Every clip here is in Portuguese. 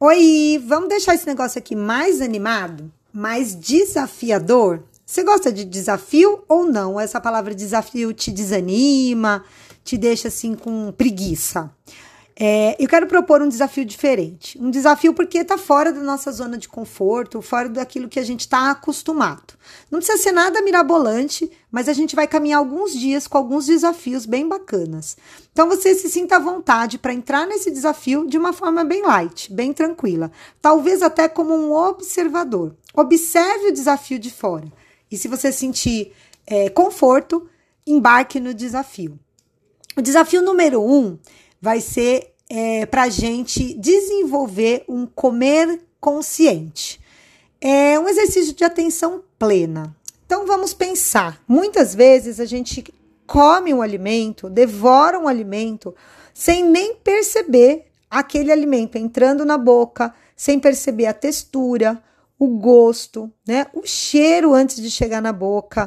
Oi, vamos deixar esse negócio aqui mais animado, mais desafiador? Você gosta de desafio ou não? Essa palavra desafio te desanima, te deixa assim com preguiça? Eu quero propor um desafio diferente. Um desafio porque está fora da nossa zona de conforto, fora daquilo que a gente está acostumado. Não precisa ser nada mirabolante, mas a gente vai caminhar alguns dias com alguns desafios bem bacanas. Então você se sinta à vontade para entrar nesse desafio de uma forma bem light, bem tranquila. Talvez até como um observador. Observe o desafio de fora. E se você sentir conforto, embarque no desafio. O desafio número 1 vai ser para a gente desenvolver um comer consciente. É um exercício de atenção plena. Então vamos pensar. Muitas vezes a gente come um alimento, devora um alimento, sem nem perceber aquele alimento entrando na boca, sem perceber a textura, o gosto, né? O cheiro antes de chegar na boca,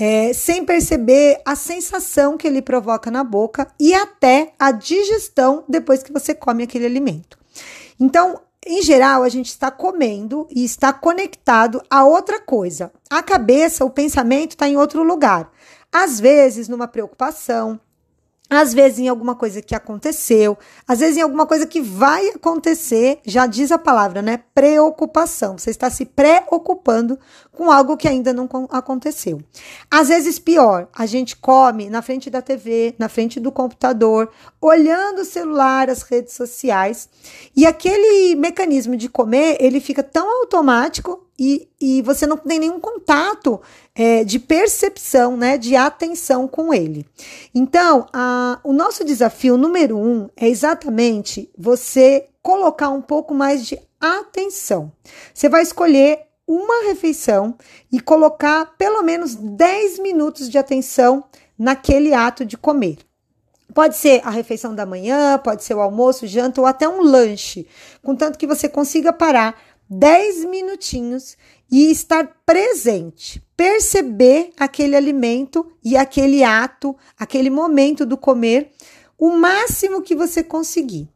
sem perceber a sensação que ele provoca na boca e até a digestão depois que você come aquele alimento. Então, em geral, a gente está comendo e está conectado a outra coisa. A cabeça, o pensamento está em outro lugar. Às vezes, numa preocupação, às vezes em alguma coisa que aconteceu, às vezes em alguma coisa que vai acontecer, já diz a palavra, né? Preocupação. Você está se preocupando com algo que ainda não aconteceu. Às vezes pior, a gente come na frente da TV, na frente do computador, olhando o celular, as redes sociais, e aquele mecanismo de comer, ele fica tão automático e você não tem nenhum contato de percepção, né, de atenção com ele. Então, o nosso desafio número 1 é exatamente você colocar um pouco mais de atenção. Você vai escolher uma refeição e colocar pelo menos 10 minutos de atenção naquele ato de comer. Pode ser a refeição da manhã, pode ser o almoço, janta ou até um lanche, contanto que você consiga parar 10 minutinhos e estar presente, perceber aquele alimento e aquele ato, aquele momento do comer, o máximo que você conseguir.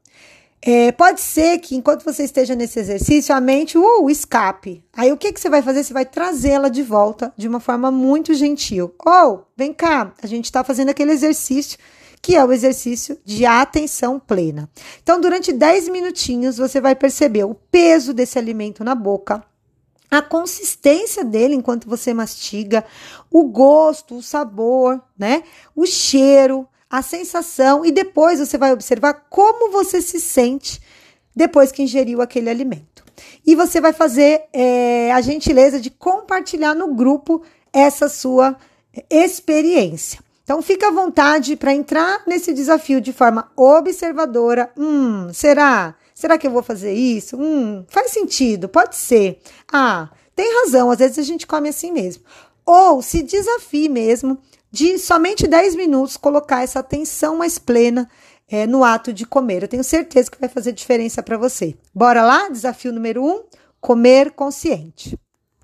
Pode ser que enquanto você esteja nesse exercício, a mente escape. Aí o que você vai fazer? Você vai trazê-la de volta de uma forma muito gentil. Vem cá, a gente está fazendo aquele exercício que é o exercício de atenção plena. Então, durante 10 minutinhos, você vai perceber o peso desse alimento na boca, a consistência dele enquanto você mastiga, o gosto, o sabor, né? O cheiro, a sensação, e depois você vai observar como você se sente depois que ingeriu aquele alimento. E você vai fazer a gentileza de compartilhar no grupo essa sua experiência. Então, fica à vontade para entrar nesse desafio de forma observadora. Será? Será que eu vou fazer isso? Faz sentido, pode ser. Tem razão, às vezes a gente come assim mesmo. Ou se desafie mesmo de somente 10 minutos colocar essa atenção mais plena no ato de comer. Eu tenho certeza que vai fazer diferença para você. Bora lá? Desafio número 1, comer consciente.